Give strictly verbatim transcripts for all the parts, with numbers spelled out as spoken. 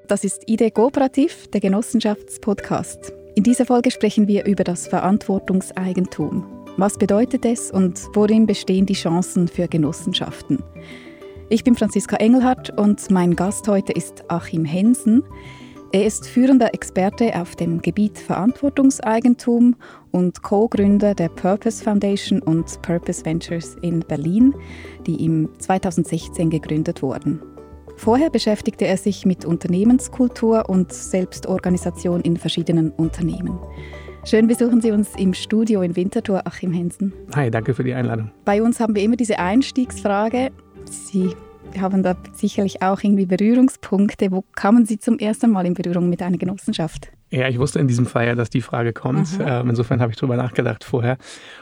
Das ist Idee Kooperativ, der Genossenschaftspodcast. In dieser Folge sprechen wir über das Verantwortungseigentum. Was bedeutet es und worin bestehen die Chancen für Genossenschaften? Ich bin Franziska Engelhardt und mein Gast heute ist Achim Hensen. Er ist führender Experte auf dem Gebiet Verantwortungseigentum und Co-Gründer der Purpose Foundation und Purpose Ventures in Berlin, die im zweitausendsechzehn gegründet wurden. Vorher beschäftigte er sich mit Unternehmenskultur und Selbstorganisation in verschiedenen Unternehmen. Schön besuchen Sie uns im Studio in Winterthur, Achim Hensen. Hi, danke für die Einladung. Bei uns haben wir immer diese Einstiegsfrage. Sie haben da sicherlich auch irgendwie Berührungspunkte. Wo kamen Sie zum ersten Mal in Berührung mit einer Genossenschaft? Ja, ich wusste in diesem Fall ja, dass die Frage kommt. Ähm, insofern habe ich darüber nachgedacht vorher.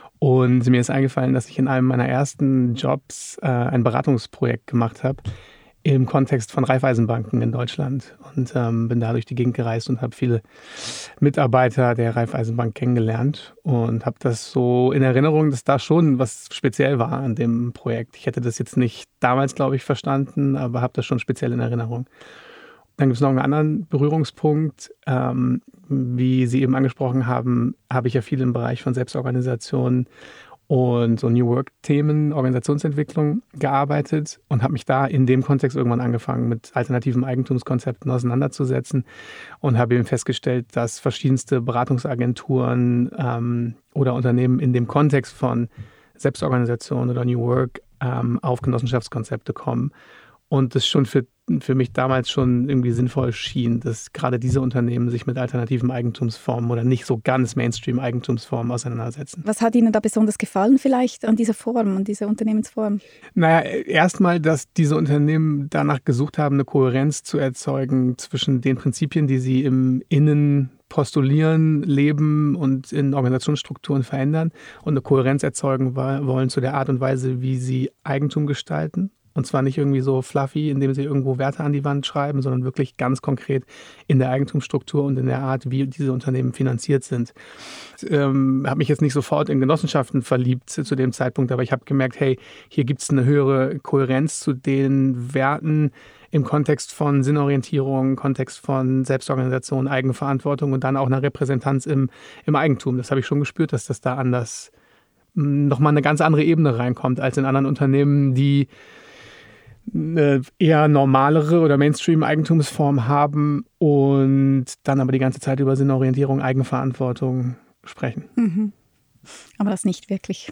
Und mir ist eingefallen, dass ich in einem meiner ersten Jobs äh, ein Beratungsprojekt gemacht habe im Kontext von Raiffeisenbanken in Deutschland. Und ähm, bin da durch die Gegend gereist und habe viele Mitarbeiter der Raiffeisenbank kennengelernt und habe das so in Erinnerung, dass da schon was speziell war an dem Projekt. Ich hätte das jetzt nicht damals, glaube ich, verstanden, aber habe das schon speziell in Erinnerung. Dann gibt es noch einen anderen Berührungspunkt. Ähm, wie Sie eben angesprochen haben, habe ich ja viel im Bereich von Selbstorganisation und so New Work-Themen, Organisationsentwicklung gearbeitet und habe mich da in dem Kontext irgendwann angefangen, mit alternativen Eigentumskonzepten auseinanderzusetzen und habe eben festgestellt, dass verschiedenste Beratungsagenturen ähm, oder Unternehmen in dem Kontext von Selbstorganisation oder New Work ähm, auf Genossenschaftskonzepte kommen. Und das schon für, für mich damals schon irgendwie sinnvoll schien, dass gerade diese Unternehmen sich mit alternativen Eigentumsformen oder nicht so ganz Mainstream-Eigentumsformen auseinandersetzen. Was hat Ihnen da besonders gefallen vielleicht an dieser Form, an dieser Unternehmensform? Naja, erstmal, dass diese Unternehmen danach gesucht haben, eine Kohärenz zu erzeugen zwischen den Prinzipien, die sie im Innen postulieren, leben und in Organisationsstrukturen verändern und eine Kohärenz erzeugen wollen zu der Art und Weise, wie sie Eigentum gestalten. Und zwar nicht irgendwie so fluffy, indem sie irgendwo Werte an die Wand schreiben, sondern wirklich ganz konkret in der Eigentumsstruktur und in der Art, wie diese Unternehmen finanziert sind. Ich ähm, habe mich jetzt nicht sofort in Genossenschaften verliebt zu dem Zeitpunkt, aber ich habe gemerkt, hey, hier gibt es eine höhere Kohärenz zu den Werten im Kontext von Sinnorientierung, Kontext von Selbstorganisation, Eigenverantwortung und dann auch einer Repräsentanz im, im Eigentum. Das habe ich schon gespürt, dass das da anders nochmal eine ganz andere Ebene reinkommt als in anderen Unternehmen, die eine eher normalere oder Mainstream-Eigentumsform haben und dann aber die ganze Zeit über Sinnorientierung, Eigenverantwortung sprechen. Mhm. Aber das nicht wirklich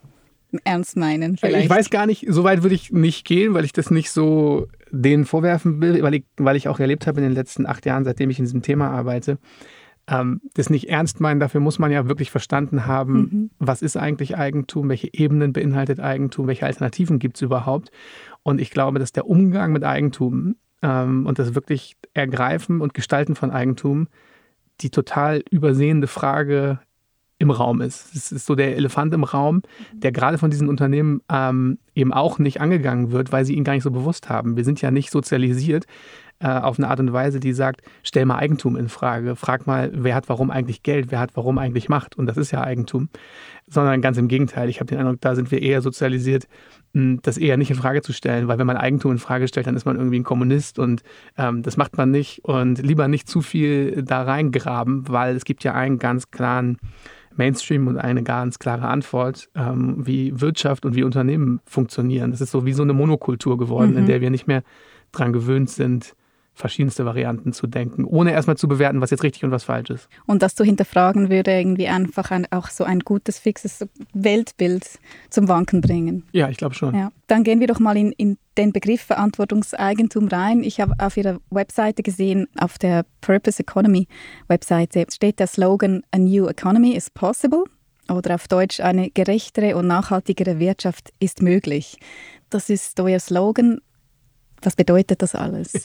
ernst meinen vielleicht. Ich weiß gar nicht, so weit würde ich nicht gehen, weil ich das nicht so denen vorwerfen will, weil ich, weil ich auch erlebt habe in den letzten acht Jahren, seitdem ich in diesem Thema arbeite, ähm, das nicht ernst meinen. Dafür muss man ja wirklich verstanden haben, mhm. was ist eigentlich Eigentum, welche Ebenen beinhaltet Eigentum, welche Alternativen gibt es überhaupt. Und ich glaube, dass der Umgang mit Eigentum ähm, und das wirklich Ergreifen und Gestalten von Eigentum die total übersehende Frage im Raum ist. Es ist so der Elefant im Raum, der gerade von diesen Unternehmen ähm, eben auch nicht angegangen wird, weil sie ihn gar nicht so bewusst haben. Wir sind ja nicht sozialisiert äh, auf eine Art und Weise, die sagt, stell mal Eigentum in Frage, frag mal, wer hat warum eigentlich Geld, wer hat warum eigentlich Macht. Und das ist ja Eigentum. Sondern ganz im Gegenteil. Ich habe den Eindruck, da sind wir eher sozialisiert, das eher nicht in Frage zu stellen, weil wenn man Eigentum in Frage stellt, dann ist man irgendwie ein Kommunist und ähm, das macht man nicht und lieber nicht zu viel da reingraben, weil es gibt ja einen ganz klaren Mainstream und eine ganz klare Antwort, ähm, wie Wirtschaft und wie Unternehmen funktionieren. Das ist so wie so eine Monokultur geworden, mhm. in der wir nicht mehr dran gewöhnt sind, verschiedenste Varianten zu denken, ohne erstmal zu bewerten, was jetzt richtig und was falsch ist. Und das zu hinterfragen würde irgendwie einfach ein, auch so ein gutes, fixes Weltbild zum Wanken bringen. Ja, ich glaube schon. Ja. Dann gehen wir doch mal in, in den Begriff Verantwortungseigentum rein. Ich habe auf Ihrer Webseite gesehen, auf der Purpose Economy Webseite steht der Slogan A New Economy is Possible oder auf Deutsch eine gerechtere und nachhaltigere Wirtschaft ist möglich. Das ist euer Slogan. Was bedeutet das alles?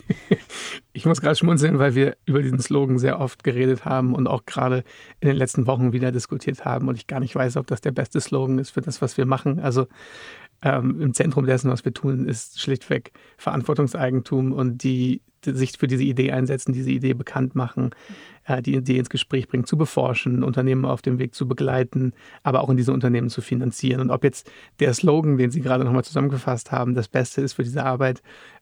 Ich muss gerade schmunzeln, weil wir über diesen Slogan sehr oft geredet haben und auch gerade in den letzten Wochen wieder diskutiert haben und ich gar nicht weiß, ob das der beste Slogan ist für das, was wir machen. Also ähm, im Zentrum dessen, was wir tun, ist schlichtweg Verantwortungseigentum und die, die sich für diese Idee einsetzen, diese Idee bekannt machen, äh, die Idee ins Gespräch bringen, zu beforschen, Unternehmen auf dem Weg zu begleiten, aber auch in diese Unternehmen zu finanzieren. Und ob jetzt der Slogan, den Sie gerade nochmal zusammengefasst haben, das Beste ist für diese Arbeit,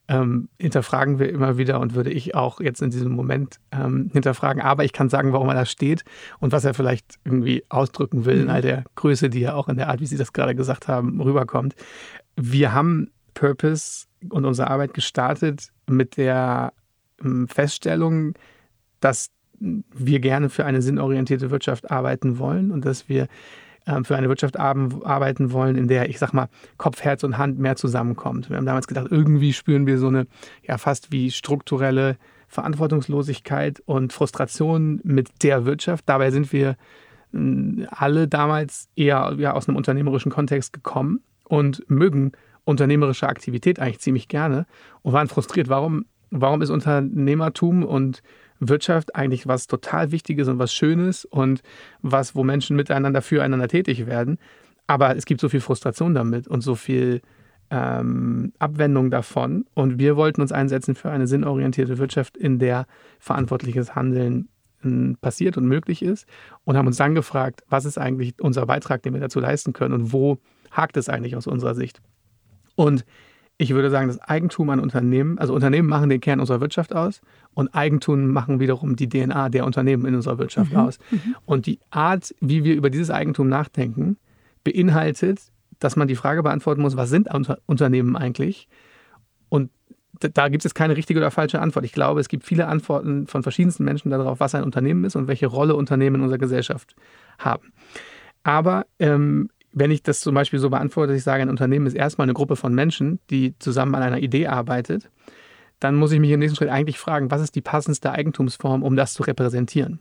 ähm, hinterfragen wir immer wieder und würde ich auch jetzt in diesem Moment ähm, hinterfragen. Aber ich kann sagen, warum er da steht und was er vielleicht irgendwie ausdrücken will in all der Größe, die ja auch in der Art, wie Sie das gerade gesagt haben, rüberkommt. Wir haben Purpose und unsere Arbeit gestartet mit der ähm, Feststellung, dass wir gerne für eine sinnorientierte Wirtschaft arbeiten wollen und dass wir ähm, für eine Wirtschaft arbeiten wollen, in der, ich sag mal, Kopf, Herz und Hand mehr zusammenkommt. Wir haben damals gedacht, irgendwie spüren wir so eine, ja, fast wie strukturelle Verantwortungslosigkeit und Frustration mit der Wirtschaft. Dabei sind wir äh, alle damals eher ja, aus einem unternehmerischen Kontext gekommen und mögen unternehmerische Aktivität eigentlich ziemlich gerne und waren frustriert. Warum, warum ist Unternehmertum und Wirtschaft eigentlich was total Wichtiges und was Schönes und was, wo Menschen miteinander füreinander tätig werden. Aber es gibt so viel Frustration damit und so viel ähm, Abwendung davon. Und wir wollten uns einsetzen für eine sinnorientierte Wirtschaft, in der verantwortliches Handeln äh, passiert und möglich ist. Und haben uns dann gefragt, was ist eigentlich unser Beitrag, den wir dazu leisten können und wo hakt es eigentlich aus unserer Sicht. Und ich würde sagen, das Eigentum an Unternehmen, also Unternehmen machen den Kern unserer Wirtschaft aus und Eigentum machen wiederum die D N A der Unternehmen in unserer Wirtschaft mhm. aus. Mhm. Und die Art, wie wir über dieses Eigentum nachdenken, beinhaltet, dass man die Frage beantworten muss, was sind Unter- Unternehmen eigentlich? Und da, da gibt es keine richtige oder falsche Antwort. Ich glaube, es gibt viele Antworten von verschiedensten Menschen darauf, was ein Unternehmen ist und welche Rolle Unternehmen in unserer Gesellschaft haben. Aber ähm, wenn ich das zum Beispiel so beantworte, dass ich sage, ein Unternehmen ist erstmal eine Gruppe von Menschen, die zusammen an einer Idee arbeitet, dann muss ich mich im nächsten Schritt eigentlich fragen, was ist die passendste Eigentumsform, um das zu repräsentieren?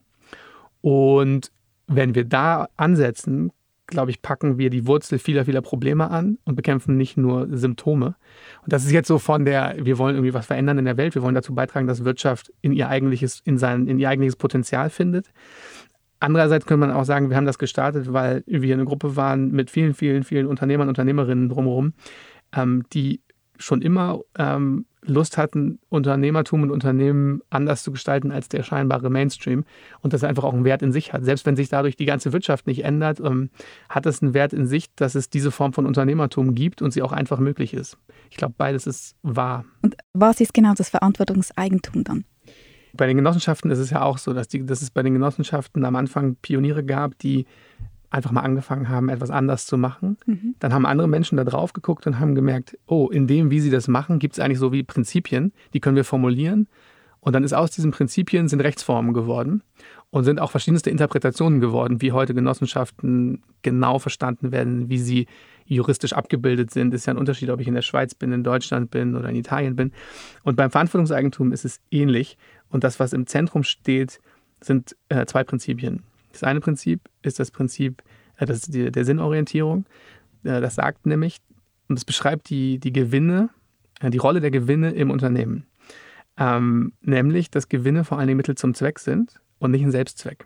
Und wenn wir da ansetzen, glaube ich, packen wir die Wurzel vieler, vieler Probleme an und bekämpfen nicht nur Symptome. Und das ist jetzt so von der, wir wollen irgendwie was verändern in der Welt, wir wollen dazu beitragen, dass Wirtschaft in ihr eigentliches, in sein, in ihr eigentliches Potenzial findet. Andererseits könnte man auch sagen, wir haben das gestartet, weil wir eine Gruppe waren mit vielen, vielen, vielen Unternehmern und Unternehmerinnen drumherum, ähm, die schon immer ähm, Lust hatten, Unternehmertum und Unternehmen anders zu gestalten als der scheinbare Mainstream und das einfach auch einen Wert in sich hat. Selbst wenn sich dadurch die ganze Wirtschaft nicht ändert, ähm, hat es einen Wert in sich, dass es diese Form von Unternehmertum gibt und sie auch einfach möglich ist. Ich glaube, beides ist wahr. Und was ist genau das Verantwortungseigentum dann? Bei den Genossenschaften ist es ja auch so, dass, die, dass es bei den Genossenschaften am Anfang Pioniere gab, die einfach mal angefangen haben, etwas anders zu machen. Mhm. Dann haben andere Menschen da drauf geguckt und haben gemerkt, oh, in dem, wie sie das machen, gibt es eigentlich so wie Prinzipien, die können wir formulieren. Und dann ist aus diesen Prinzipien sind Rechtsformen geworden und sind auch verschiedenste Interpretationen geworden, wie heute Genossenschaften genau verstanden werden, wie sie juristisch abgebildet sind. Ist ja ein Unterschied, ob ich in der Schweiz bin, in Deutschland bin oder in Italien bin. Und beim Verantwortungseigentum ist es ähnlich. Und das, was im Zentrum steht, sind äh, zwei Prinzipien. Das eine Prinzip ist das Prinzip äh, das ist die, der Sinnorientierung. Äh, das sagt nämlich, und es beschreibt die, die Gewinne, äh, die Rolle der Gewinne im Unternehmen. Ähm, nämlich, dass Gewinne vor allen Dingen Mittel zum Zweck sind und nicht ein Selbstzweck.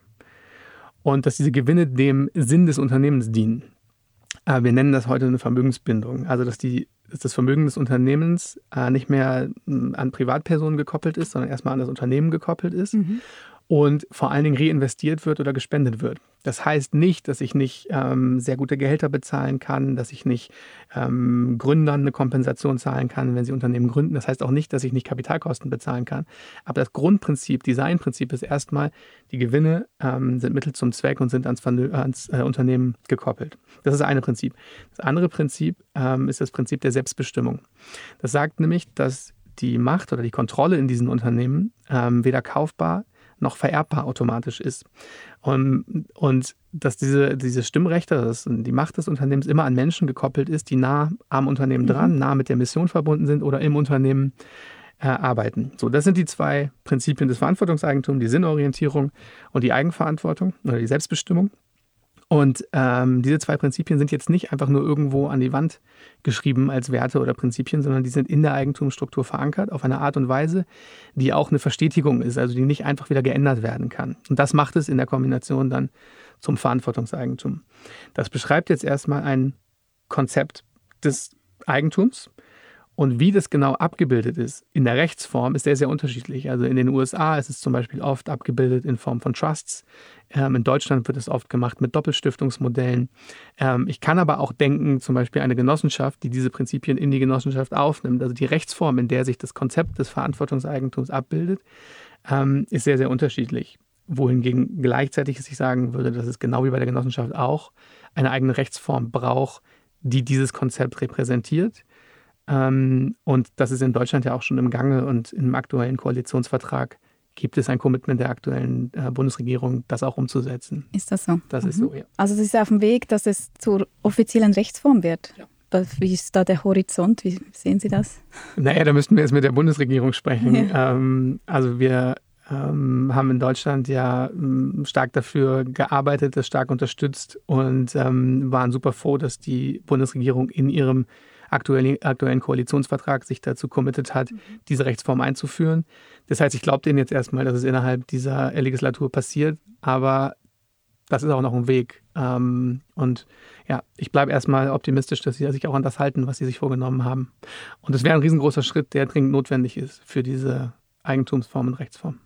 Und dass diese Gewinne dem Sinn des Unternehmens dienen. Äh, wir nennen das heute eine Vermögensbindung. Also, dass, die, dass das Vermögen des Unternehmens äh, nicht mehr äh, an Privatpersonen gekoppelt ist, sondern erstmal an das Unternehmen gekoppelt ist. Mhm. Und vor allen Dingen reinvestiert wird oder gespendet wird. Das heißt nicht, dass ich nicht ähm, sehr gute Gehälter bezahlen kann, dass ich nicht ähm, Gründern eine Kompensation zahlen kann, wenn sie Unternehmen gründen. Das heißt auch nicht, dass ich nicht Kapitalkosten bezahlen kann. Aber das Grundprinzip, Designprinzip ist erstmal, die Gewinne ähm, sind Mittel zum Zweck und sind ans, Vernö- ans äh, Unternehmen gekoppelt. Das ist das eine Prinzip. Das andere Prinzip ähm, ist das Prinzip der Selbstbestimmung. Das sagt nämlich, dass die Macht oder die Kontrolle in diesen Unternehmen ähm, weder kaufbar noch vererbbar automatisch ist. Und, und dass diese, diese Stimmrechte, dass die Macht des Unternehmens immer an Menschen gekoppelt ist, die nah am Unternehmen dran, mhm. nah mit der Mission verbunden sind oder im Unternehmen äh, arbeiten. So, das sind die zwei Prinzipien des Verantwortungseigentums, die Sinnorientierung und die Eigenverantwortung oder die Selbstbestimmung. Und ähm, diese zwei Prinzipien sind jetzt nicht einfach nur irgendwo an die Wand geschrieben als Werte oder Prinzipien, sondern die sind in der Eigentumsstruktur verankert auf eine Art und Weise, die auch eine Verstetigung ist, also die nicht einfach wieder geändert werden kann. Und das macht es in der Kombination dann zum Verantwortungseigentum. Das beschreibt jetzt erstmal ein Konzept des Eigentums Und wie das genau abgebildet ist in der Rechtsform, ist sehr, sehr unterschiedlich. Also in den U S A ist es zum Beispiel oft abgebildet in Form von Trusts. Ähm, in Deutschland wird es oft gemacht mit Doppelstiftungsmodellen. Ähm, ich kann aber auch denken, zum Beispiel eine Genossenschaft, die diese Prinzipien in die Genossenschaft aufnimmt. Also die Rechtsform, in der sich das Konzept des Verantwortungseigentums abbildet, ähm, ist sehr, sehr unterschiedlich. Wohingegen gleichzeitig ich sagen würde, dass es genau wie bei der Genossenschaft auch eine eigene Rechtsform braucht, die dieses Konzept repräsentiert. Ähm, und das ist in Deutschland ja auch schon im Gange, und im aktuellen Koalitionsvertrag gibt es ein Commitment der aktuellen äh, Bundesregierung, das auch umzusetzen. Ist das so? Das mhm. ist so, ja. Also es ist auf dem Weg, dass es zur offiziellen Rechtsform wird. Ja. Wie ist da der Horizont? Wie sehen Sie das? Naja, da müssten wir jetzt mit der Bundesregierung sprechen. Ja. Ähm, also wir ähm, haben in Deutschland ja ähm, stark dafür gearbeitet, das stark unterstützt und ähm, waren super froh, dass die Bundesregierung in ihrem aktuellen, aktuellen Koalitionsvertrag sich dazu committed hat, mhm. diese Rechtsform einzuführen. Das heißt, ich glaube denen jetzt erstmal, dass es innerhalb dieser Legislatur passiert, aber das ist auch noch ein Weg. Ähm, und ja, ich bleibe erstmal optimistisch, dass sie sich auch an das halten, was sie sich vorgenommen haben. Und es wäre ein riesengroßer Schritt, der dringend notwendig ist für diese Eigentumsform und Rechtsform.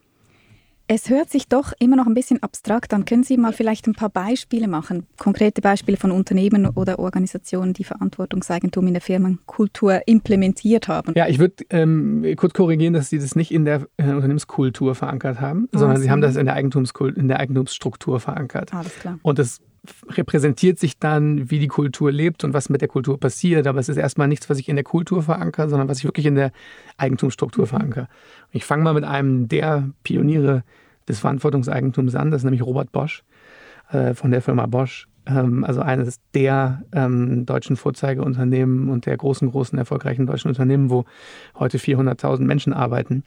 Es hört sich doch immer noch ein bisschen abstrakt an. Können Sie mal vielleicht ein paar Beispiele machen? Konkrete Beispiele von Unternehmen oder Organisationen, die Verantwortungseigentum in der Firmenkultur implementiert haben? Ja, ich würde ähm, kurz korrigieren, dass Sie das nicht in der äh, Unternehmenskultur verankert haben, ah, sondern so. Sie haben das in der, Eigentumskult- in der Eigentumsstruktur verankert. Alles klar. Und das repräsentiert sich dann, wie die Kultur lebt und was mit der Kultur passiert. Aber es ist erstmal nichts, was ich in der Kultur verankere, sondern was ich wirklich in der Eigentumsstruktur mhm. verankere. Ich fange mal mit einem der Pioniere des Verantwortungseigentums an, das ist nämlich Robert Bosch äh, von der Firma Bosch. Ähm, also eines der ähm, deutschen Vorzeigeunternehmen und der großen, großen, erfolgreichen deutschen Unternehmen, wo heute vierhunderttausend Menschen arbeiten.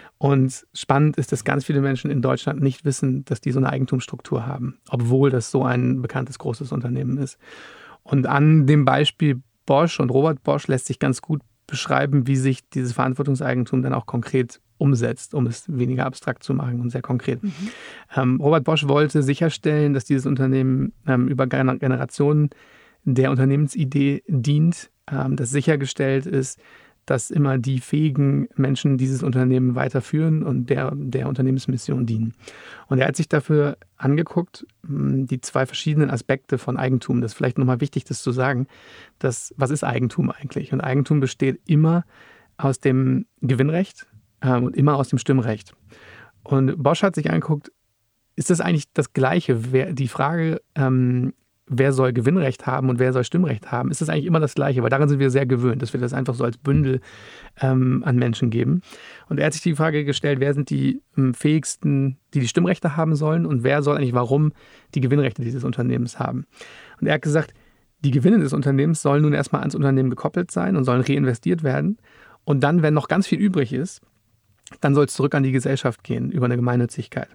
Und spannend ist, dass ganz viele Menschen in Deutschland nicht wissen, dass die so eine Eigentumsstruktur haben, obwohl das so ein bekanntes, großes Unternehmen ist. Und an dem Beispiel Bosch und Robert Bosch lässt sich ganz gut beschreiben, wie sich dieses Verantwortungseigentum dann auch konkret umsetzt, um es weniger abstrakt zu machen und sehr konkret. Mhm. Ähm, Robert Bosch wollte sicherstellen, dass dieses Unternehmen ähm, über Generationen der Unternehmensidee dient, ähm, dass sichergestellt ist, dass immer die fähigen Menschen dieses Unternehmen weiterführen und der, der Unternehmensmission dienen. Und er hat sich dafür angeguckt, die zwei verschiedenen Aspekte von Eigentum. Das ist vielleicht nochmal wichtig, das zu sagen. Dass, was ist Eigentum eigentlich? Und Eigentum besteht immer aus dem Gewinnrecht äh, und immer aus dem Stimmrecht. Und Bosch hat sich angeguckt, ist das eigentlich das Gleiche? Wer, die Frage, ähm, wer soll Gewinnrecht haben und wer soll Stimmrecht haben, ist das eigentlich immer das Gleiche, weil daran sind wir sehr gewöhnt, dass wir das einfach so als Bündel ähm, an Menschen geben. Und er hat sich die Frage gestellt, wer sind die ähm, fähigsten, die die Stimmrechte haben sollen und wer soll eigentlich warum die Gewinnrechte dieses Unternehmens haben. Und er hat gesagt, die Gewinne des Unternehmens sollen nun erstmal ans Unternehmen gekoppelt sein und sollen reinvestiert werden. Und dann, wenn noch ganz viel übrig ist, dann soll es zurück an die Gesellschaft gehen, über eine Gemeinnützigkeit.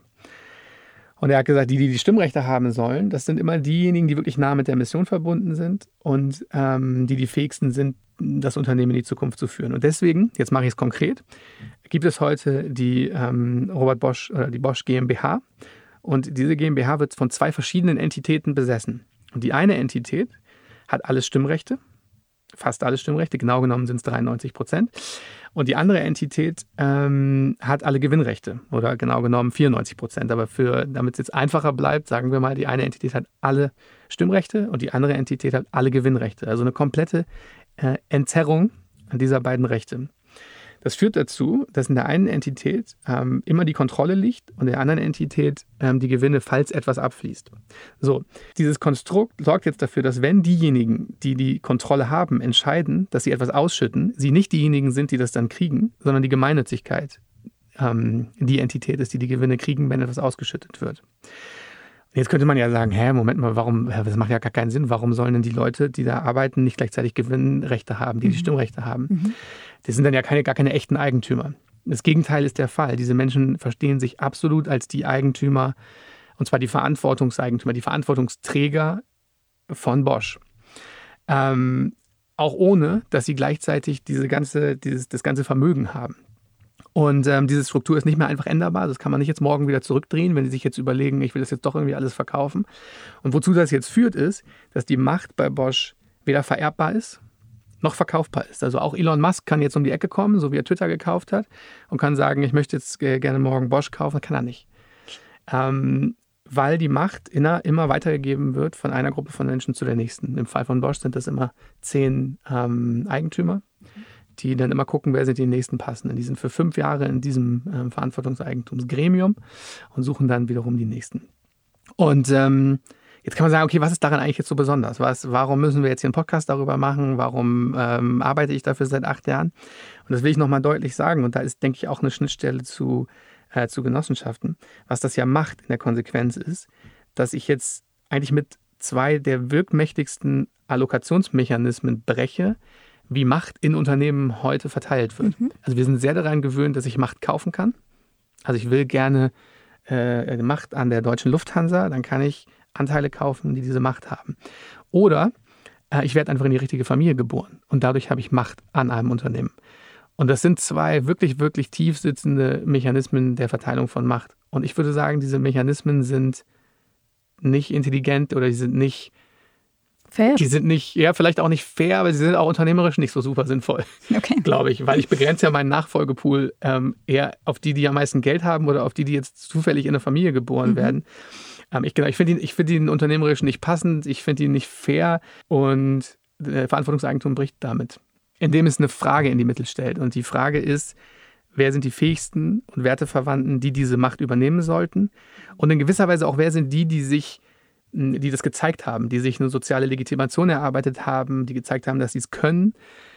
Und er hat gesagt, die, die die Stimmrechte haben sollen, das sind immer diejenigen, die wirklich nah mit der Mission verbunden sind und ähm, die die fähigsten sind, das Unternehmen in die Zukunft zu führen. Und deswegen, jetzt mache ich es konkret, gibt es heute die ähm, Robert Bosch oder die Bosch GmbH. Und diese GmbH wird von zwei verschiedenen Entitäten besessen. Und die eine Entität hat alle Stimmrechte, fast alle Stimmrechte, genau genommen sind es dreiundneunzig Prozent. Und die andere Entität ähm, hat alle Gewinnrechte oder genau genommen vierundneunzig Prozent. Aber für, damit es jetzt einfacher bleibt, sagen wir mal, die eine Entität hat alle Stimmrechte und die andere Entität hat alle Gewinnrechte. Also eine komplette äh, Entzerrung dieser beiden Rechte. Das führt dazu, dass in der einen Entität ähm, immer die Kontrolle liegt und in der anderen Entität ähm, die Gewinne, falls etwas abfließt. So, dieses Konstrukt sorgt jetzt dafür, dass wenn diejenigen, die die Kontrolle haben, entscheiden, dass sie etwas ausschütten, sie nicht diejenigen sind, die das dann kriegen, sondern die Gemeinnützigkeit ähm, die Entität ist, die die Gewinne kriegen, wenn etwas ausgeschüttet wird. Jetzt könnte man ja sagen, hä, Moment mal, warum, das macht ja gar keinen Sinn. Warum sollen denn die Leute, die da arbeiten, nicht gleichzeitig Gewinnrechte haben, die die Stimmrechte haben? Mhm. Das sind dann ja keine, gar keine echten Eigentümer. Das Gegenteil ist der Fall. Diese Menschen verstehen sich absolut als die Eigentümer, und zwar die Verantwortungseigentümer, die Verantwortungsträger von Bosch. Ähm, auch ohne, dass sie gleichzeitig diese ganze, dieses, das ganze Vermögen haben. Und ähm, diese Struktur ist nicht mehr einfach änderbar. Das kann man nicht jetzt morgen wieder zurückdrehen, wenn Sie sich jetzt überlegen, ich will das jetzt doch irgendwie alles verkaufen. Und wozu das jetzt führt, ist, dass die Macht bei Bosch weder vererbbar ist, noch verkaufbar ist. Also auch Elon Musk kann jetzt um die Ecke kommen, so wie er Twitter gekauft hat, und kann sagen, ich möchte jetzt gerne morgen Bosch kaufen, kann er nicht. Ähm, weil die Macht inner, immer weitergegeben wird von einer Gruppe von Menschen zu der nächsten. Im Fall von Bosch sind das immer zehn ähm, Eigentümer, die dann immer gucken, wer sind die nächsten Passenden. Die sind für fünf Jahre in diesem ähm, Verantwortungseigentumsgremium und suchen dann wiederum die nächsten. Und ähm, jetzt kann man sagen, okay, was ist daran eigentlich jetzt so besonders? Was, warum müssen wir jetzt hier einen Podcast darüber machen? Warum ähm, arbeite ich dafür seit acht Jahren? Und das will ich nochmal deutlich sagen. Und da ist, denke ich, auch eine Schnittstelle zu Äh, zu Genossenschaften. Was das ja macht in der Konsequenz ist, dass ich jetzt eigentlich mit zwei der wirkmächtigsten Allokationsmechanismen breche, wie Macht in Unternehmen heute verteilt wird. Mhm. Also wir sind sehr daran gewöhnt, dass ich Macht kaufen kann. Also ich will gerne äh, Macht an der deutschen Lufthansa, dann kann ich Anteile kaufen, die diese Macht haben. Oder äh, ich werde einfach in die richtige Familie geboren und dadurch habe ich Macht an einem Unternehmen. Und das sind zwei wirklich, wirklich tief sitzende Mechanismen der Verteilung von Macht. Und ich würde sagen, diese Mechanismen sind nicht intelligent oder die sind nicht fair. Die sind nicht, ja, vielleicht auch nicht fair, aber sie sind auch unternehmerisch nicht so super sinnvoll, okay. glaube ich. Weil ich begrenze ja meinen Nachfolgepool ähm, eher auf die, die am meisten Geld haben oder auf die, die jetzt zufällig in eine Familie geboren mhm. werden. Ähm, ich genau, ich finde ihn, ich finde ihn unternehmerisch nicht passend, ich finde ihn nicht fair und äh, Verantwortungseigentum bricht damit. Indem es eine Frage in die Mitte stellt. Und die Frage ist, wer sind die fähigsten und Werteverwandten, die diese Macht übernehmen sollten? Und in gewisser Weise auch, wer sind die, die sich, die das gezeigt haben, die sich eine soziale Legitimation erarbeitet haben, die gezeigt haben, dass sie es können.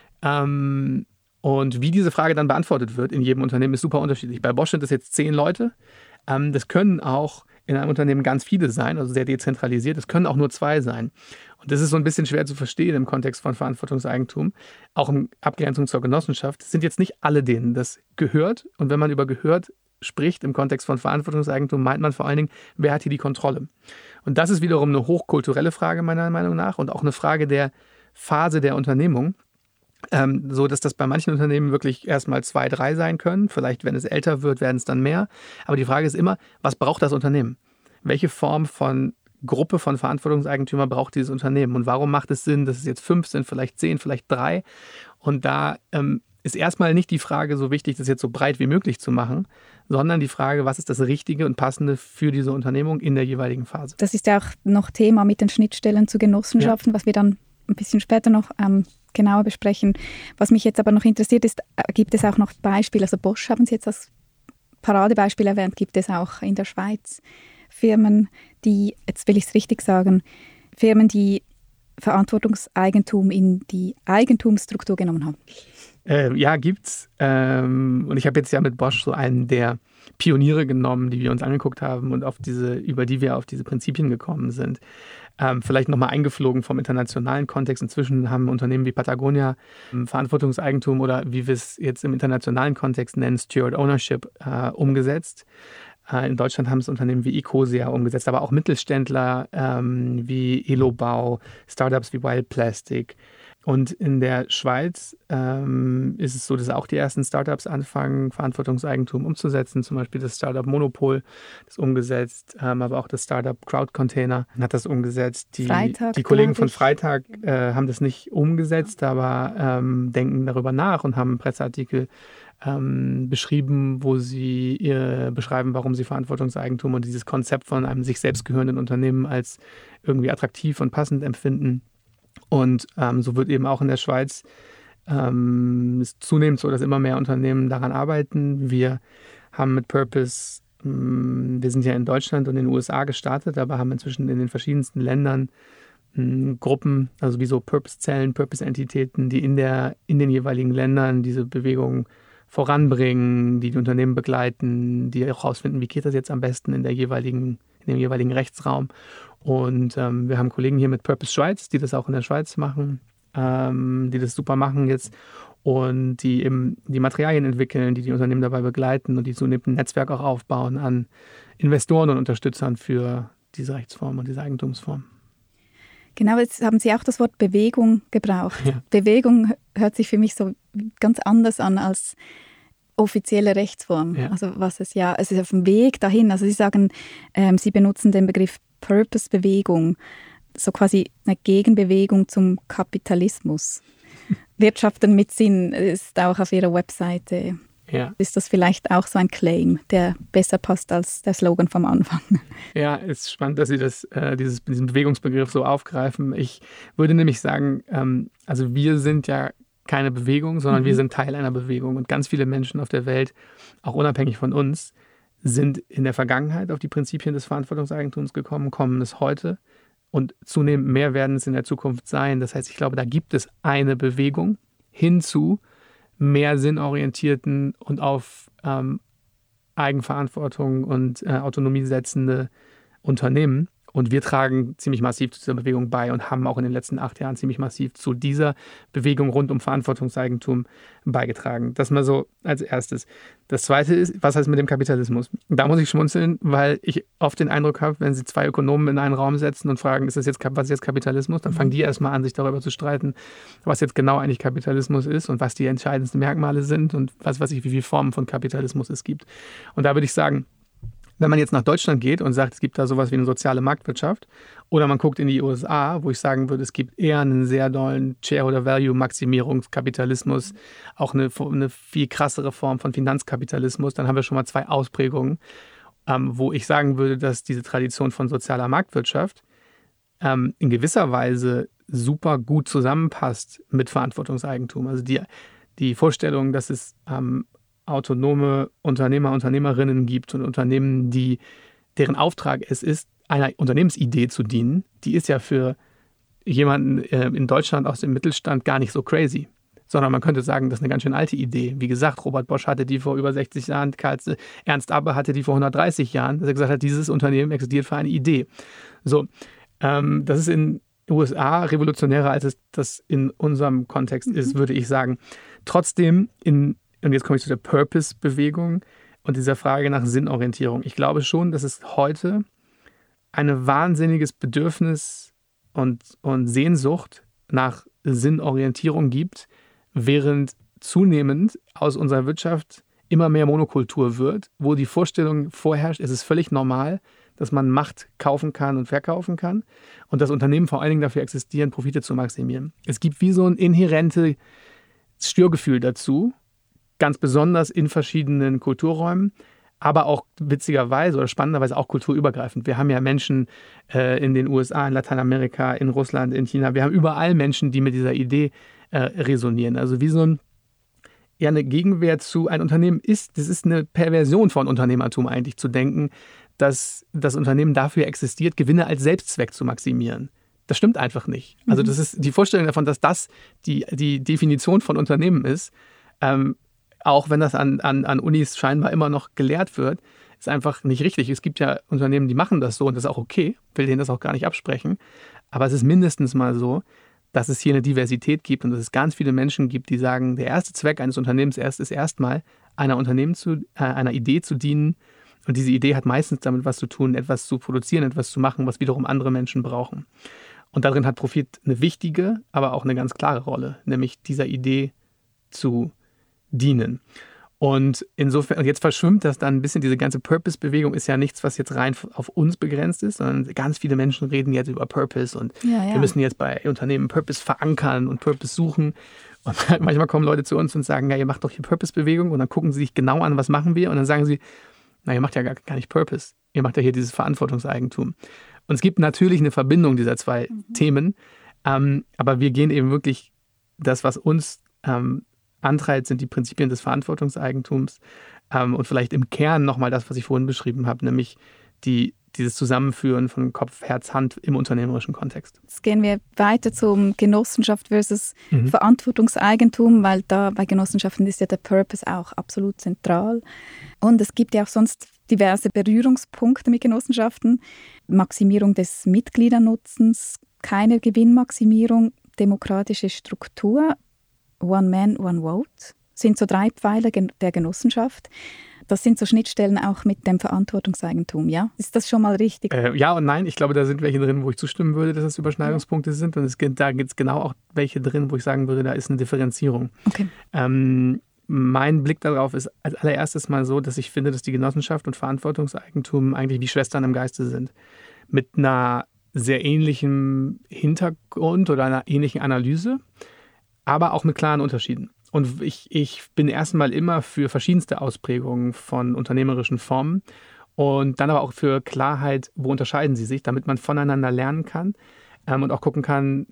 Ähm, und wie diese Frage dann beantwortet wird in jedem Unternehmen, ist super unterschiedlich. Bei Bosch sind das jetzt zehn Leute. Ähm, das können auch in einem Unternehmen ganz viele sein, also sehr dezentralisiert. Es können auch nur zwei sein. Und das ist so ein bisschen schwer zu verstehen im Kontext von Verantwortungseigentum, auch in Abgrenzung zur Genossenschaft. Es sind jetzt nicht alle, denen das gehört. Und wenn man über gehört spricht im Kontext von Verantwortungseigentum, meint man vor allen Dingen, wer hat hier die Kontrolle? Und das ist wiederum eine hochkulturelle Frage meiner Meinung nach und auch eine Frage der Phase der Unternehmung. Ähm, so dass das bei manchen Unternehmen wirklich erstmal zwei, drei sein können. Vielleicht, wenn es älter wird, werden es dann mehr. Aber die Frage ist immer, was braucht das Unternehmen? Welche Form von Gruppe von Verantwortungseigentümern braucht dieses Unternehmen? Und warum macht es Sinn, dass es jetzt fünf sind, vielleicht zehn, vielleicht drei? Und da ähm, ist erstmal nicht die Frage so wichtig, das jetzt so breit wie möglich zu machen, sondern die Frage, was ist das Richtige und Passende für diese Unternehmung in der jeweiligen Phase? Das ist ja auch noch Thema mit den Schnittstellen zu Genossenschaften, ja. was wir dann ein bisschen später noch ähm, genauer besprechen. Was mich jetzt aber noch interessiert ist, gibt es auch noch Beispiele, also Bosch haben Sie jetzt als Paradebeispiel erwähnt, gibt es auch in der Schweiz Firmen, die, jetzt will ich es richtig sagen, Firmen, die Verantwortungseigentum in die Eigentumsstruktur genommen haben? Äh, ja, gibt's. Ähm, und ich habe jetzt ja mit Bosch so einen der Pioniere genommen, die wir uns angeguckt haben und auf diese, über die wir auf diese Prinzipien gekommen sind. Ähm, vielleicht nochmal eingeflogen vom internationalen Kontext. Inzwischen haben Unternehmen wie Patagonia ähm, Verantwortungseigentum oder wie wir es jetzt im internationalen Kontext nennen, Steward Ownership äh, umgesetzt. Äh, in Deutschland haben es Unternehmen wie Ecosia umgesetzt, aber auch Mittelständler ähm, wie Elobau, Startups wie Wild Plastic. Und in der Schweiz ähm, ist es so, dass auch die ersten Startups anfangen, Verantwortungseigentum umzusetzen. Zum Beispiel das Startup Monopol, das umgesetzt, ähm, aber auch das Startup Crowd Container hat das umgesetzt. Die, Freitag, die Kollegen von Freitag äh, haben das nicht umgesetzt, aber ähm, denken darüber nach und haben einen Presseartikel ähm, beschrieben, wo sie ihr beschreiben, warum sie Verantwortungseigentum und dieses Konzept von einem sich selbst gehörenden Unternehmen als irgendwie attraktiv und passend empfinden. Und ähm, so wird eben auch in der Schweiz ähm, ist zunehmend so, dass immer mehr Unternehmen daran arbeiten. Wir haben mit Purpose, ähm, wir sind ja in Deutschland und in den U S A gestartet, aber haben inzwischen in den verschiedensten Ländern ähm, Gruppen, also wie so Purpose-Zellen, Purpose-Entitäten, die in, der, in den jeweiligen Ländern diese Bewegung voranbringen, die die Unternehmen begleiten, die auch herausfinden, wie geht das jetzt am besten in der jeweiligen, in dem jeweiligen Rechtsraum. Und ähm, wir haben Kollegen hier mit Purpose Schweiz, die das auch in der Schweiz machen, ähm, die das super machen jetzt und die eben die Materialien entwickeln, die die Unternehmen dabei begleiten und die zunehmend ein Netzwerk auch aufbauen an Investoren und Unterstützern für diese Rechtsform und diese Eigentumsform. Genau, jetzt haben Sie auch das Wort Bewegung gebraucht. Ja. Bewegung hört sich für mich so ganz anders an als offizielle Rechtsform. Ja. Also was es ja, es ist auf dem Weg dahin. Also Sie sagen, ähm, Sie benutzen den Begriff Purpose-Bewegung, so quasi eine Gegenbewegung zum Kapitalismus. Wirtschaften mit Sinn ist auch auf Ihrer Webseite. Ja. Ist das vielleicht auch so ein Claim, der besser passt als der Slogan vom Anfang? Ja, es ist spannend, dass Sie das, äh, dieses, diesen Bewegungsbegriff so aufgreifen. Ich würde nämlich sagen, ähm, also wir sind ja keine Bewegung, sondern mhm. wir sind Teil einer Bewegung. Und ganz viele Menschen auf der Welt, auch unabhängig von uns, sind in der Vergangenheit auf die Prinzipien des Verantwortungseigentums gekommen, kommen es heute und zunehmend mehr werden es in der Zukunft sein. Das heißt, ich glaube, da gibt es eine Bewegung hinzu mehr sinnorientierten und auf ähm, Eigenverantwortung und äh, Autonomie setzende Unternehmen. Und wir tragen ziemlich massiv zu dieser Bewegung bei und haben auch in den letzten acht Jahren ziemlich massiv zu dieser Bewegung rund um Verantwortungseigentum beigetragen. Das mal so als erstes. Das Zweite ist, was heißt mit dem Kapitalismus? Da muss ich schmunzeln, weil ich oft den Eindruck habe, wenn Sie zwei Ökonomen in einen Raum setzen und fragen, ist das jetzt, was ist jetzt Kapitalismus? Dann fangen die erstmal an, sich darüber zu streiten, was jetzt genau eigentlich Kapitalismus ist und was die entscheidendsten Merkmale sind und was weiß ich, wie viele Formen von Kapitalismus es gibt. Und da würde ich sagen, wenn man jetzt nach Deutschland geht und sagt, es gibt da sowas wie eine soziale Marktwirtschaft oder man guckt in die U S A, wo ich sagen würde, es gibt eher einen sehr dollen Shareholder-Value-Maximierungskapitalismus, auch eine, eine viel krassere Form von Finanzkapitalismus, dann haben wir schon mal zwei Ausprägungen, ähm, wo ich sagen würde, dass diese Tradition von sozialer Marktwirtschaft ähm, in gewisser Weise super gut zusammenpasst mit Verantwortungseigentum. Also die, die Vorstellung, dass es ähm, autonome Unternehmer, Unternehmerinnen gibt und Unternehmen, die, deren Auftrag es ist, einer Unternehmensidee zu dienen, die ist ja für jemanden äh, in Deutschland aus dem Mittelstand gar nicht so crazy. Sondern man könnte sagen, das ist eine ganz schön alte Idee. Wie gesagt, Robert Bosch hatte die vor über sechzig Jahren, Karl, Ernst Abbe hatte die vor hundertdreißig Jahren, dass er gesagt hat, dieses Unternehmen existiert für eine Idee. So, ähm, das ist in den U S A revolutionärer, als es das in unserem Kontext mhm. ist, würde ich sagen. Trotzdem in Und jetzt komme ich zu der Purpose-Bewegung und dieser Frage nach Sinnorientierung. Ich glaube schon, dass es heute ein wahnsinniges Bedürfnis und, und Sehnsucht nach Sinnorientierung gibt, während zunehmend aus unserer Wirtschaft immer mehr Monokultur wird, wo die Vorstellung vorherrscht, es ist völlig normal, dass man Macht kaufen kann und verkaufen kann und dass Unternehmen vor allen Dingen dafür existieren, Profite zu maximieren. Es gibt wie so ein inhärentes Störgefühl dazu, ganz besonders in verschiedenen Kulturräumen, aber auch witzigerweise oder spannenderweise auch kulturübergreifend. Wir haben ja Menschen äh, in den U S A, in Lateinamerika, in Russland, in China. Wir haben überall Menschen, die mit dieser Idee äh, resonieren. Also wie so ein, ja, eine Gegenwehr zu ein Unternehmen ist, das ist eine Perversion von Unternehmertum eigentlich, zu denken, dass das Unternehmen dafür existiert, Gewinne als Selbstzweck zu maximieren. Das stimmt einfach nicht. Also das ist die Vorstellung davon, dass das die, die Definition von Unternehmen ist, ähm, auch wenn das an, an, an Unis scheinbar immer noch gelehrt wird, ist einfach nicht richtig. Es gibt ja Unternehmen, die machen das so und das ist auch okay, will denen das auch gar nicht absprechen. Aber es ist mindestens mal so, dass es hier eine Diversität gibt und dass es ganz viele Menschen gibt, die sagen, der erste Zweck eines Unternehmens erst ist erstmal, einer Unternehmen zu, äh, einer Idee zu dienen. Und diese Idee hat meistens damit was zu tun, etwas zu produzieren, etwas zu machen, was wiederum andere Menschen brauchen. Und darin hat Profit eine wichtige, aber auch eine ganz klare Rolle, nämlich dieser Idee zu dienen. Und insofern, und jetzt verschwimmt das dann ein bisschen, diese ganze Purpose-Bewegung ist ja nichts, was jetzt rein auf uns begrenzt ist, sondern ganz viele Menschen reden jetzt über Purpose und ja, ja. wir müssen jetzt bei Unternehmen Purpose verankern und Purpose suchen. Und manchmal kommen Leute zu uns und sagen, ja, ihr macht doch hier Purpose-Bewegung und dann gucken sie sich genau an, was machen wir und dann sagen sie, na, ihr macht ja gar, gar nicht Purpose, ihr macht ja hier dieses Verantwortungseigentum. Und es gibt natürlich eine Verbindung dieser zwei mhm. Themen, ähm, aber wir gehen eben wirklich das, was uns ähm, antreibt, sind die Prinzipien des Verantwortungseigentums ähm, und vielleicht im Kern nochmal das, was ich vorhin beschrieben habe, nämlich die, dieses Zusammenführen von Kopf, Herz, Hand im unternehmerischen Kontext. Jetzt gehen wir weiter zum Genossenschaft versus mhm. Verantwortungseigentum, weil da bei Genossenschaften ist ja der Purpose auch absolut zentral. Und es gibt ja auch sonst diverse Berührungspunkte mit Genossenschaften. Maximierung des Mitgliedernutzens, keine Gewinnmaximierung, demokratische Struktur, One Man, One Vote sind so drei Pfeiler der Genossenschaft. Das sind so Schnittstellen auch mit dem Verantwortungseigentum, ja? Ist das schon mal richtig? Äh, ja und nein. Ich glaube, da sind welche drin, wo ich zustimmen würde, dass es Überschneidungspunkte sind. Und es gibt, da gibt es genau auch welche drin, wo ich sagen würde, da ist eine Differenzierung. Okay. Ähm, mein Blick darauf ist als allererstes mal so, dass ich finde, dass die Genossenschaft und Verantwortungseigentum eigentlich wie Schwestern im Geiste sind. Mit einer sehr ähnlichen Hintergrund oder einer ähnlichen Analyse. aber auch mit klaren Unterschieden. Und ich, ich bin erstmal immer für verschiedenste Ausprägungen von unternehmerischen Formen und dann aber auch für Klarheit, wo unterscheiden sie sich, damit man voneinander lernen kann ähm, und auch gucken kann,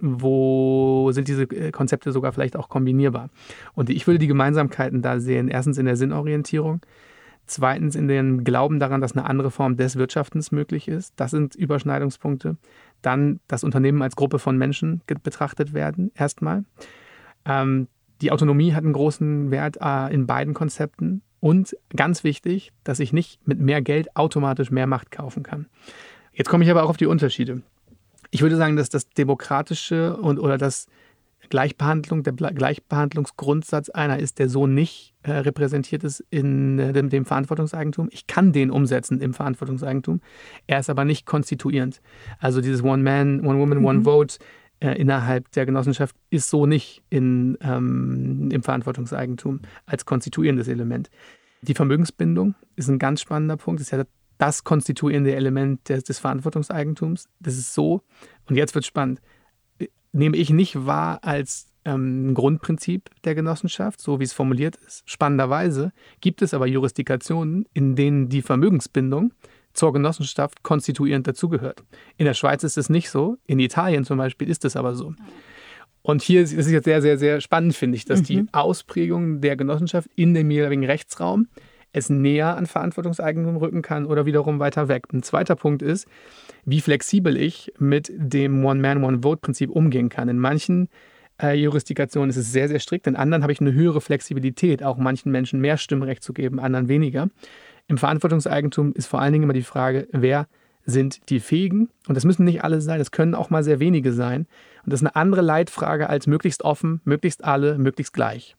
wo sind diese Konzepte sogar vielleicht auch kombinierbar. Und ich würde die Gemeinsamkeiten da sehen, erstens in der Sinnorientierung, zweitens in dem Glauben daran, dass eine andere Form des Wirtschaftens möglich ist. Das sind Überschneidungspunkte. Dann das Unternehmen als Gruppe von Menschen betrachtet werden, erstmal. Ähm, die Autonomie hat einen großen Wert äh, in beiden Konzepten. Und ganz wichtig, dass ich nicht mit mehr Geld automatisch mehr Macht kaufen kann. Jetzt komme ich aber auch auf die Unterschiede. Ich würde sagen, dass das demokratische und oder das Gleichbehandlung, der Gleichbehandlungsgrundsatz einer ist, der so nicht äh, repräsentiert ist in äh, dem, dem Verantwortungseigentum. Ich kann den umsetzen im Verantwortungseigentum. Er ist aber nicht konstituierend. Also dieses One-Man, One-Woman, One-Vote äh, innerhalb der Genossenschaft ist so nicht in, ähm, im Verantwortungseigentum als konstituierendes Element. Die Vermögensbindung ist ein ganz spannender Punkt. Das ist ja das konstituierende Element des, des Verantwortungseigentums. Das ist so, und jetzt wird es spannend, nehme ich nicht wahr als ähm, Grundprinzip der Genossenschaft, so wie es formuliert ist. Spannenderweise gibt es aber Jurisdikationen, in denen die Vermögensbindung zur Genossenschaft konstituierend dazugehört. In der Schweiz ist es nicht so, in Italien zum Beispiel ist es aber so. Und hier ist es jetzt sehr, sehr, sehr spannend, finde ich, dass mhm. die Ausprägung der Genossenschaft in dem jeweiligen Rechtsraum es näher an Verantwortungseigentum rücken kann oder wiederum weiter weg. Ein zweiter Punkt ist, wie flexibel ich mit dem One-Man, One-Vote-Prinzip umgehen kann. In manchen äh, Jurisdikationen ist es sehr, sehr strikt, in anderen habe ich eine höhere Flexibilität, auch manchen Menschen mehr Stimmrecht zu geben, anderen weniger. Im Verantwortungseigentum ist vor allen Dingen immer die Frage, wer sind die Fähigen? Und das müssen nicht alle sein, das können auch mal sehr wenige sein. Und das ist eine andere Leitfrage als möglichst offen, möglichst alle, möglichst gleich.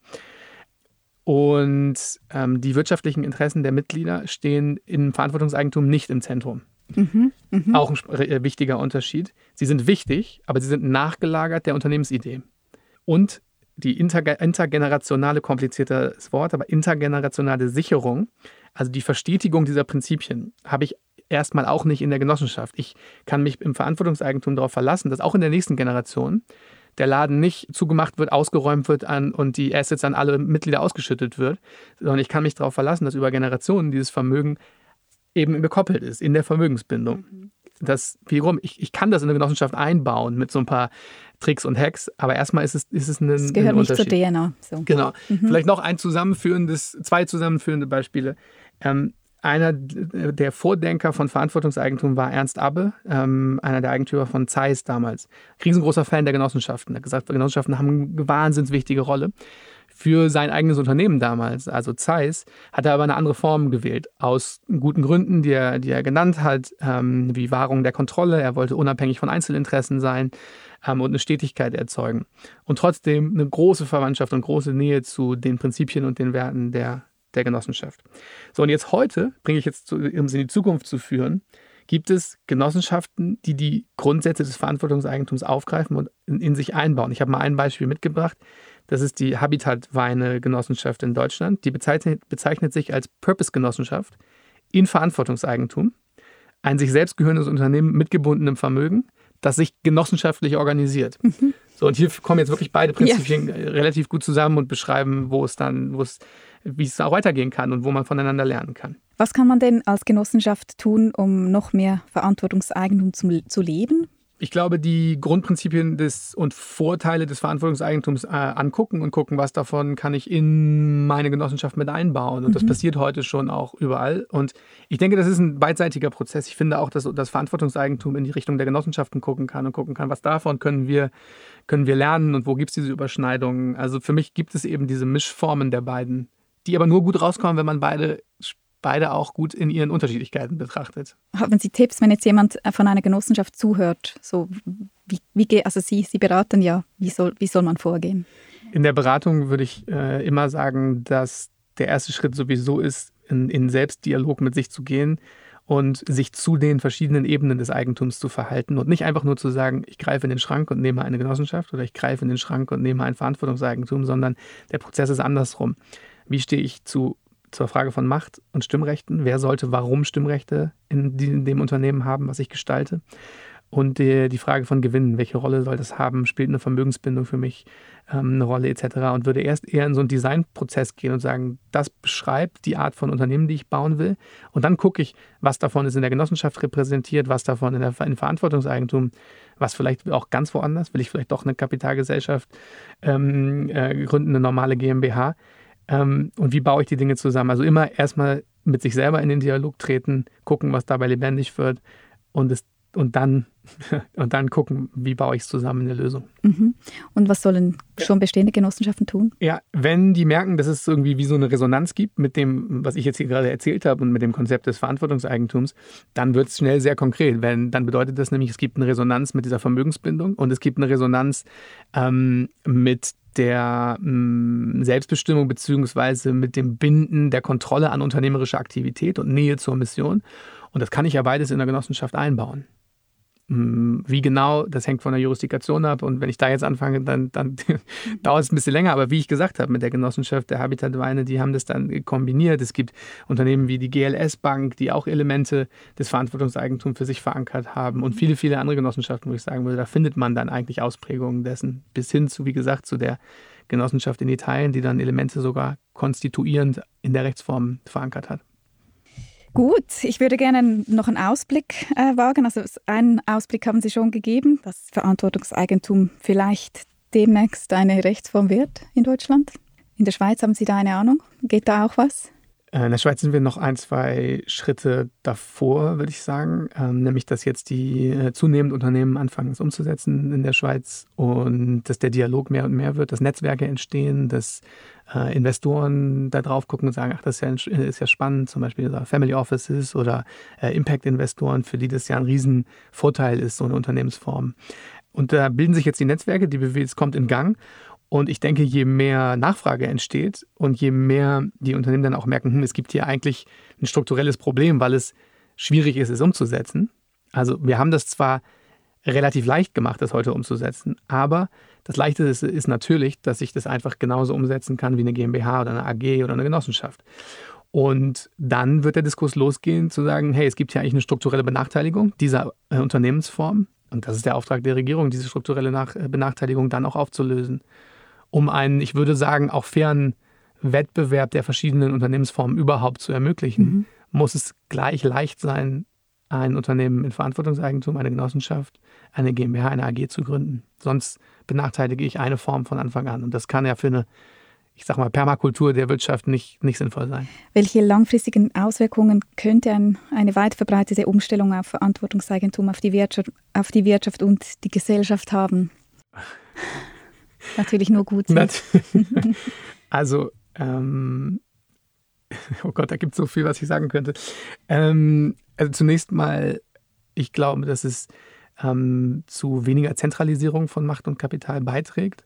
Und ähm, die wirtschaftlichen Interessen der Mitglieder stehen im Verantwortungseigentum nicht im Zentrum. Mhm, mh. Auch ein äh, wichtiger Unterschied. Sie sind wichtig, aber sie sind nachgelagert der Unternehmensidee. Und die interge- intergenerationale, kompliziertes Wort, aber intergenerationale Sicherung, also die Verstetigung dieser Prinzipien, habe ich erstmal auch nicht in der Genossenschaft. Ich kann mich im Verantwortungseigentum darauf verlassen, dass auch in der nächsten Generation der Laden nicht zugemacht wird, ausgeräumt wird an, und die Assets an alle Mitglieder ausgeschüttet wird, sondern ich kann mich darauf verlassen, dass über Generationen dieses Vermögen eben gekoppelt ist in der Vermögensbindung. Mhm. Das, wiederum, ich, ich kann das in eine Genossenschaft einbauen mit so ein paar Tricks und Hacks, aber erstmal ist es, ist es ein, das gehört ein nicht Unterschied. zur D N A. So. Genau. Mhm. Vielleicht noch ein zusammenführendes, zwei zusammenführende Beispiele. Ähm, Einer der Vordenker von Verantwortungseigentum war Ernst Abbe, ähm, einer der Eigentümer von Zeiss damals. Riesengroßer Fan der Genossenschaften. Er hat gesagt, Genossenschaften haben eine wahnsinnig wichtige Rolle. Für sein eigenes Unternehmen damals, also Zeiss, hat er aber eine andere Form gewählt. Aus guten Gründen, die er, die er genannt hat, ähm, wie Wahrung der Kontrolle. Er wollte unabhängig von Einzelinteressen sein ähm, und eine Stetigkeit erzeugen. Und trotzdem eine große Verwandtschaft und große Nähe zu den Prinzipien und den Werten der der Genossenschaft. So, und jetzt heute, bringe ich jetzt, zu, um es in die Zukunft zu führen, gibt es Genossenschaften, die die Grundsätze des Verantwortungseigentums aufgreifen und in, in sich einbauen. Ich habe mal ein Beispiel mitgebracht. Das ist die Habitat-Weine-Genossenschaft in Deutschland. Die bezeichnet, bezeichnet sich als Purpose-Genossenschaft in Verantwortungseigentum. Ein sich selbst gehörendes Unternehmen mit gebundenem Vermögen, das sich genossenschaftlich organisiert. Mhm. So, und hier kommen jetzt wirklich beide Prinzipien ja. relativ gut zusammen und beschreiben, wo es dann, wo es, wie es auch weitergehen kann und wo man voneinander lernen kann. Was kann man denn als Genossenschaft tun, um noch mehr Verantwortungseigentum zu, zu leben? Ich glaube, die Grundprinzipien des und Vorteile des Verantwortungseigentums äh, angucken und gucken, was davon kann ich in meine Genossenschaft mit einbauen. Und mhm. das passiert heute schon auch überall. Und ich denke, das ist ein beidseitiger Prozess. Ich finde auch, dass das Verantwortungseigentum in die Richtung der Genossenschaften gucken kann und gucken kann, was davon können wir, können wir lernen und wo gibt es diese Überschneidungen. Also für mich gibt es eben diese Mischformen der beiden, die aber nur gut rauskommen, wenn man beide beide auch gut in ihren Unterschiedlichkeiten betrachtet. Haben Sie Tipps, wenn jetzt jemand von einer Genossenschaft zuhört? So, wie, wie, also Sie, Sie beraten ja, wie soll, wie soll man vorgehen? In der Beratung würde ich äh, immer sagen, dass der erste Schritt sowieso ist, in, in Selbstdialog mit sich zu gehen und sich zu den verschiedenen Ebenen des Eigentums zu verhalten und nicht einfach nur zu sagen, ich greife in den Schrank und nehme eine Genossenschaft oder ich greife in den Schrank und nehme ein Verantwortungseigentum, sondern der Prozess ist andersrum. Wie stehe ich zu zur Frage von Macht und Stimmrechten? Wer sollte warum Stimmrechte in, die, in dem Unternehmen haben, was ich gestalte? und die, die Frage von Gewinnen. Welche Rolle soll das haben? Spielt eine Vermögensbindung für mich ähm, eine Rolle et cetera? Und würde erst eher in so einen Designprozess gehen und sagen, das beschreibt die Art von Unternehmen, die ich bauen will. Und dann gucke ich, was davon ist in der Genossenschaft repräsentiert, was davon in der in Verantwortungseigentum, was vielleicht auch ganz woanders. Will ich vielleicht doch eine Kapitalgesellschaft ähm, äh, gründen, eine normale GmbH? Ähm, und wie baue ich die Dinge zusammen? Also immer erstmal mit sich selber in den Dialog treten, gucken, was dabei lebendig wird und es Und dann, und dann gucken, wie baue ich es zusammen in der Lösung. Mhm. Und was sollen schon bestehende Genossenschaften tun? Ja, wenn die merken, dass es irgendwie wie so eine Resonanz gibt mit dem, was ich jetzt hier gerade erzählt habe und mit dem Konzept des Verantwortungseigentums, dann wird es schnell sehr konkret. Wenn, dann bedeutet das nämlich, es gibt eine Resonanz mit dieser Vermögensbindung und es gibt eine Resonanz ähm, mit der ähm, Selbstbestimmung beziehungsweise mit dem Binden der Kontrolle an unternehmerische Aktivität und Nähe zur Mission. Und das kann ich ja beides in der Genossenschaft einbauen. Wie genau, das hängt von der Jurisdiktion ab. Und wenn ich da jetzt anfange, dann, dann dauert es ein bisschen länger. Aber wie ich gesagt habe, mit der Genossenschaft der Habitat Weine, die haben das dann kombiniert. Es gibt Unternehmen wie die G L S Bank, die auch Elemente des Verantwortungseigentums für sich verankert haben. Und viele, viele andere Genossenschaften, wo ich sagen würde, da findet man dann eigentlich Ausprägungen dessen. Bis hin zu, wie gesagt, zu der Genossenschaft in Italien, die dann Elemente sogar konstituierend in der Rechtsform verankert hat. Gut, ich würde gerne noch einen Ausblick äh, wagen. Also einen Ausblick haben Sie schon gegeben, dass Verantwortungseigentum vielleicht demnächst eine Rechtsform wird in Deutschland. In der Schweiz haben Sie da eine Ahnung? Geht da auch was? In der Schweiz sind wir noch ein, zwei Schritte davor, würde ich sagen. Ähm, nämlich, dass jetzt die äh, zunehmend Unternehmen anfangen, es umzusetzen in der Schweiz und dass der Dialog mehr und mehr wird, dass Netzwerke entstehen, dass äh, Investoren da drauf gucken und sagen, ach, das ist ja, ist ja spannend, zum Beispiel Family Offices oder äh, Impact-Investoren, für die das ja ein Riesenvorteil ist, so eine Unternehmensform. Und da bilden sich jetzt die Netzwerke, die Bewegung kommt in Gang. Und ich denke, je mehr Nachfrage entsteht und je mehr die Unternehmen dann auch merken, hm, es gibt hier eigentlich ein strukturelles Problem, weil es schwierig ist, es umzusetzen. Also wir haben das zwar relativ leicht gemacht, das heute umzusetzen, aber das Leichte ist, ist natürlich, dass ich das einfach genauso umsetzen kann wie eine GmbH oder eine A G oder eine Genossenschaft. Und dann wird der Diskurs losgehen, zu sagen, hey, es gibt hier eigentlich eine strukturelle Benachteiligung dieser äh, Unternehmensform. Und das ist der Auftrag der Regierung, diese strukturelle Nach- Benachteiligung dann auch aufzulösen, um einen, ich würde sagen, auch fairen Wettbewerb der verschiedenen Unternehmensformen überhaupt zu ermöglichen, mhm. muss es gleich leicht sein, ein Unternehmen in Verantwortungseigentum, eine Genossenschaft, eine GmbH, eine A G zu gründen. Sonst benachteilige ich eine Form von Anfang an. Und das kann ja für eine, ich sag mal, Permakultur der Wirtschaft nicht, nicht sinnvoll sein. Welche langfristigen Auswirkungen könnte ein, eine weit verbreitete Umstellung auf Verantwortungseigentum auf die Wirtschaft, auf die Wirtschaft und die Gesellschaft haben? Natürlich nur gut. Also, ähm, oh Gott, da gibt es so viel, was ich sagen könnte. Ähm, also zunächst mal, ich glaube, dass es ähm, zu weniger Zentralisierung von Macht und Kapital beiträgt.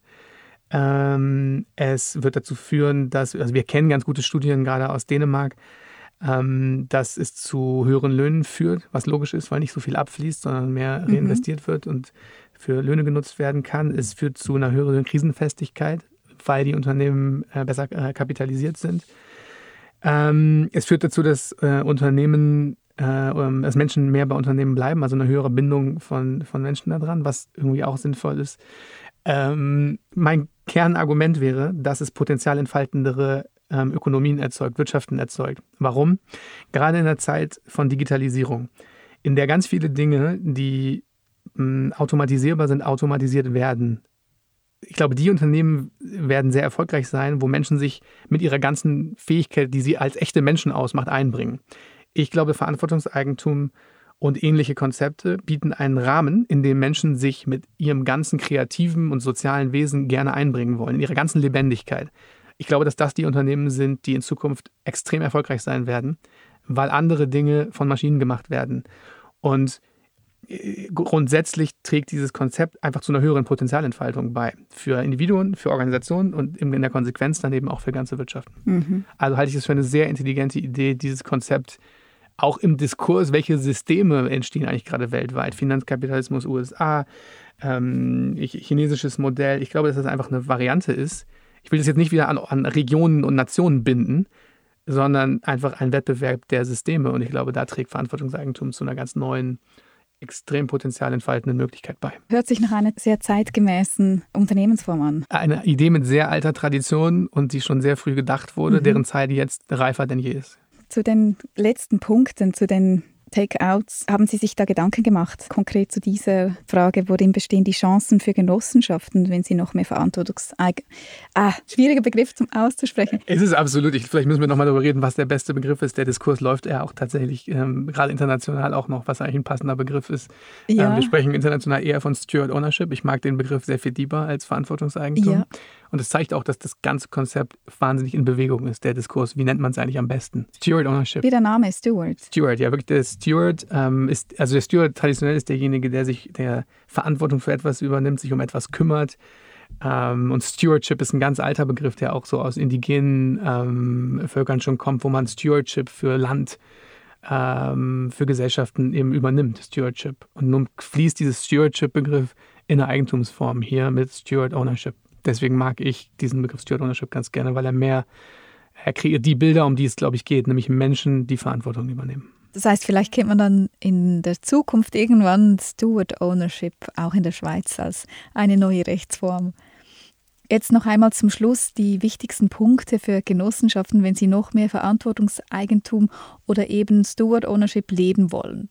Ähm, es wird dazu führen, dass, also wir kennen ganz gute Studien gerade aus Dänemark, ähm, dass es zu höheren Löhnen führt, was logisch ist, weil nicht so viel abfließt, sondern mehr reinvestiert mhm. wird und für Löhne genutzt werden kann. Es führt zu einer höheren Krisenfestigkeit, weil die Unternehmen äh, besser äh, kapitalisiert sind. Ähm, es führt dazu, dass äh, Unternehmen, äh, dass Menschen mehr bei Unternehmen bleiben, also eine höhere Bindung von, von Menschen da dran, was irgendwie auch sinnvoll ist. Ähm, mein Kernargument wäre, dass es potenzial entfaltendere ähm, Ökonomien erzeugt, Wirtschaften erzeugt. Warum? Gerade in der Zeit von Digitalisierung, in der ganz viele Dinge, die automatisierbar sind, automatisiert werden. Ich glaube, die Unternehmen werden sehr erfolgreich sein, wo Menschen sich mit ihrer ganzen Fähigkeit, die sie als echte Menschen ausmacht, einbringen. Ich glaube, Verantwortungseigentum und ähnliche Konzepte bieten einen Rahmen, in dem Menschen sich mit ihrem ganzen kreativen und sozialen Wesen gerne einbringen wollen, in ihrer ganzen Lebendigkeit. Ich glaube, dass das die Unternehmen sind, die in Zukunft extrem erfolgreich sein werden, weil andere Dinge von Maschinen gemacht werden. Und grundsätzlich trägt dieses Konzept einfach zu einer höheren Potenzialentfaltung bei. Für Individuen, für Organisationen und in der Konsequenz dann eben auch für ganze Wirtschaften. Mhm. Also halte ich es für eine sehr intelligente Idee, dieses Konzept auch im Diskurs, welche Systeme entstehen eigentlich gerade weltweit. Finanzkapitalismus, U S A, ähm, chinesisches Modell. Ich glaube, dass das einfach eine Variante ist. Ich will das jetzt nicht wieder an, an Regionen und Nationen binden, sondern einfach ein Wettbewerb der Systeme. Und ich glaube, da trägt Verantwortungseigentum zu einer ganz neuen extrem Potenzial entfaltenden Möglichkeit bei. Hört sich nach einer sehr zeitgemäßen Unternehmensform an. Eine Idee mit sehr alter Tradition und die schon sehr früh gedacht wurde, mhm. deren Zeit jetzt reifer denn je ist. Zu den letzten Punkten, zu den Take-outs, haben Sie sich da Gedanken gemacht, konkret zu dieser Frage, worin bestehen die Chancen für Genossenschaften, wenn sie noch mehr Verantwortungseigen... Ah, schwieriger Begriff zum auszusprechen. Es ist absolut, ich, vielleicht müssen wir nochmal darüber reden, was der beste Begriff ist. Der Diskurs läuft ja auch tatsächlich, ähm, gerade international auch noch, was eigentlich ein passender Begriff ist. Ja. Ähm, wir sprechen international eher von Steward Ownership. Ich mag den Begriff sehr viel lieber als Verantwortungseigentum. Ja. Und es zeigt auch, dass das ganze Konzept wahnsinnig in Bewegung ist, der Diskurs. Wie nennt man es eigentlich am besten? Steward Ownership. Wie der Name ist, Steward. Steward, ja, wirklich. Der Steward ähm, ist, also der Steward traditionell ist derjenige, der sich der Verantwortung für etwas übernimmt, sich um etwas kümmert. Ähm, und Stewardship ist ein ganz alter Begriff, der auch so aus indigenen ähm, Völkern schon kommt, wo man Stewardship für Land, ähm, für Gesellschaften eben übernimmt, Stewardship. Und nun fließt dieses Stewardship-Begriff in eine Eigentumsform hier mit Steward Ownership. Deswegen mag ich diesen Begriff Steward Ownership ganz gerne, weil er mehr, er kreiert die Bilder, um die es, glaube ich, geht, nämlich Menschen, die Verantwortung übernehmen. Das heißt, vielleicht kennt man dann in der Zukunft irgendwann Steward Ownership auch in der Schweiz als eine neue Rechtsform. Jetzt noch einmal zum Schluss die wichtigsten Punkte für Genossenschaften, wenn sie noch mehr Verantwortungseigentum oder eben Steward Ownership leben wollen.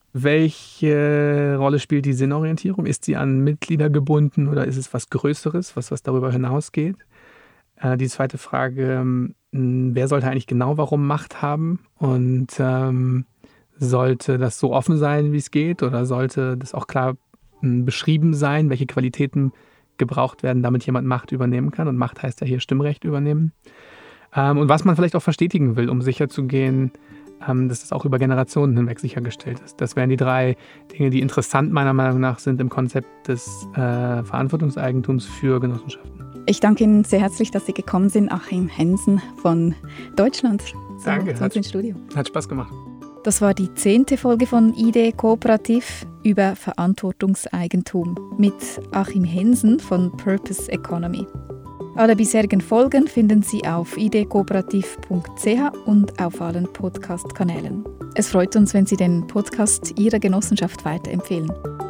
Welche Rolle spielt die Sinnorientierung? Ist sie an Mitglieder gebunden oder ist es was Größeres, was, was darüber hinausgeht? Äh, die zweite Frage, wer sollte eigentlich genau warum Macht haben? Und ähm, sollte das so offen sein, wie es geht? Oder sollte das auch klar m, beschrieben sein, welche Qualitäten gebraucht werden, damit jemand Macht übernehmen kann? Und Macht heißt ja hier Stimmrecht übernehmen. Ähm, und was man vielleicht auch verstetigen will, um sicherzugehen, ähm, dass das auch über Generationen hinweg sichergestellt ist. Das wären die drei Dinge, die interessant meiner Meinung nach sind im Konzept des äh, Verantwortungseigentums für Genossenschaften. Ich danke Ihnen sehr herzlich, dass Sie gekommen sind, Achim Hensen von Deutschland. So, danke, zu uns ins Studio. Hat Spaß gemacht. Das war die zehnte Folge von I D Kooperativ über Verantwortungseigentum mit Achim Hensen von Purpose Economy. Alle bisherigen Folgen finden Sie auf i d kooperativ punkt c h und auf allen Podcast-Kanälen. Es freut uns, wenn Sie den Podcast Ihrer Genossenschaft weiterempfehlen.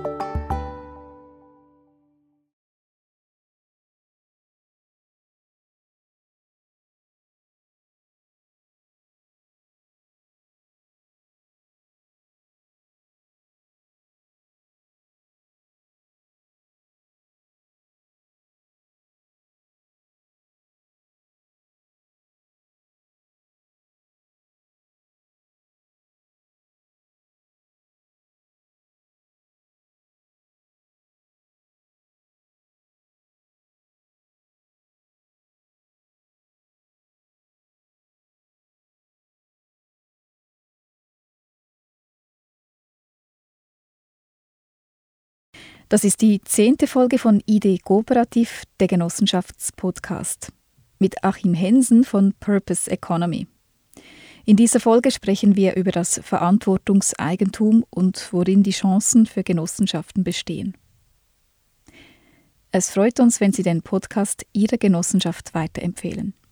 Das ist die zehnte Folge von I D Kooperativ, der Genossenschaftspodcast, mit Achim Hensen von Purpose Economy. In dieser Folge sprechen wir über das Verantwortungseigentum und worin die Chancen für Genossenschaften bestehen. Es freut uns, wenn Sie den Podcast Ihrer Genossenschaft weiterempfehlen.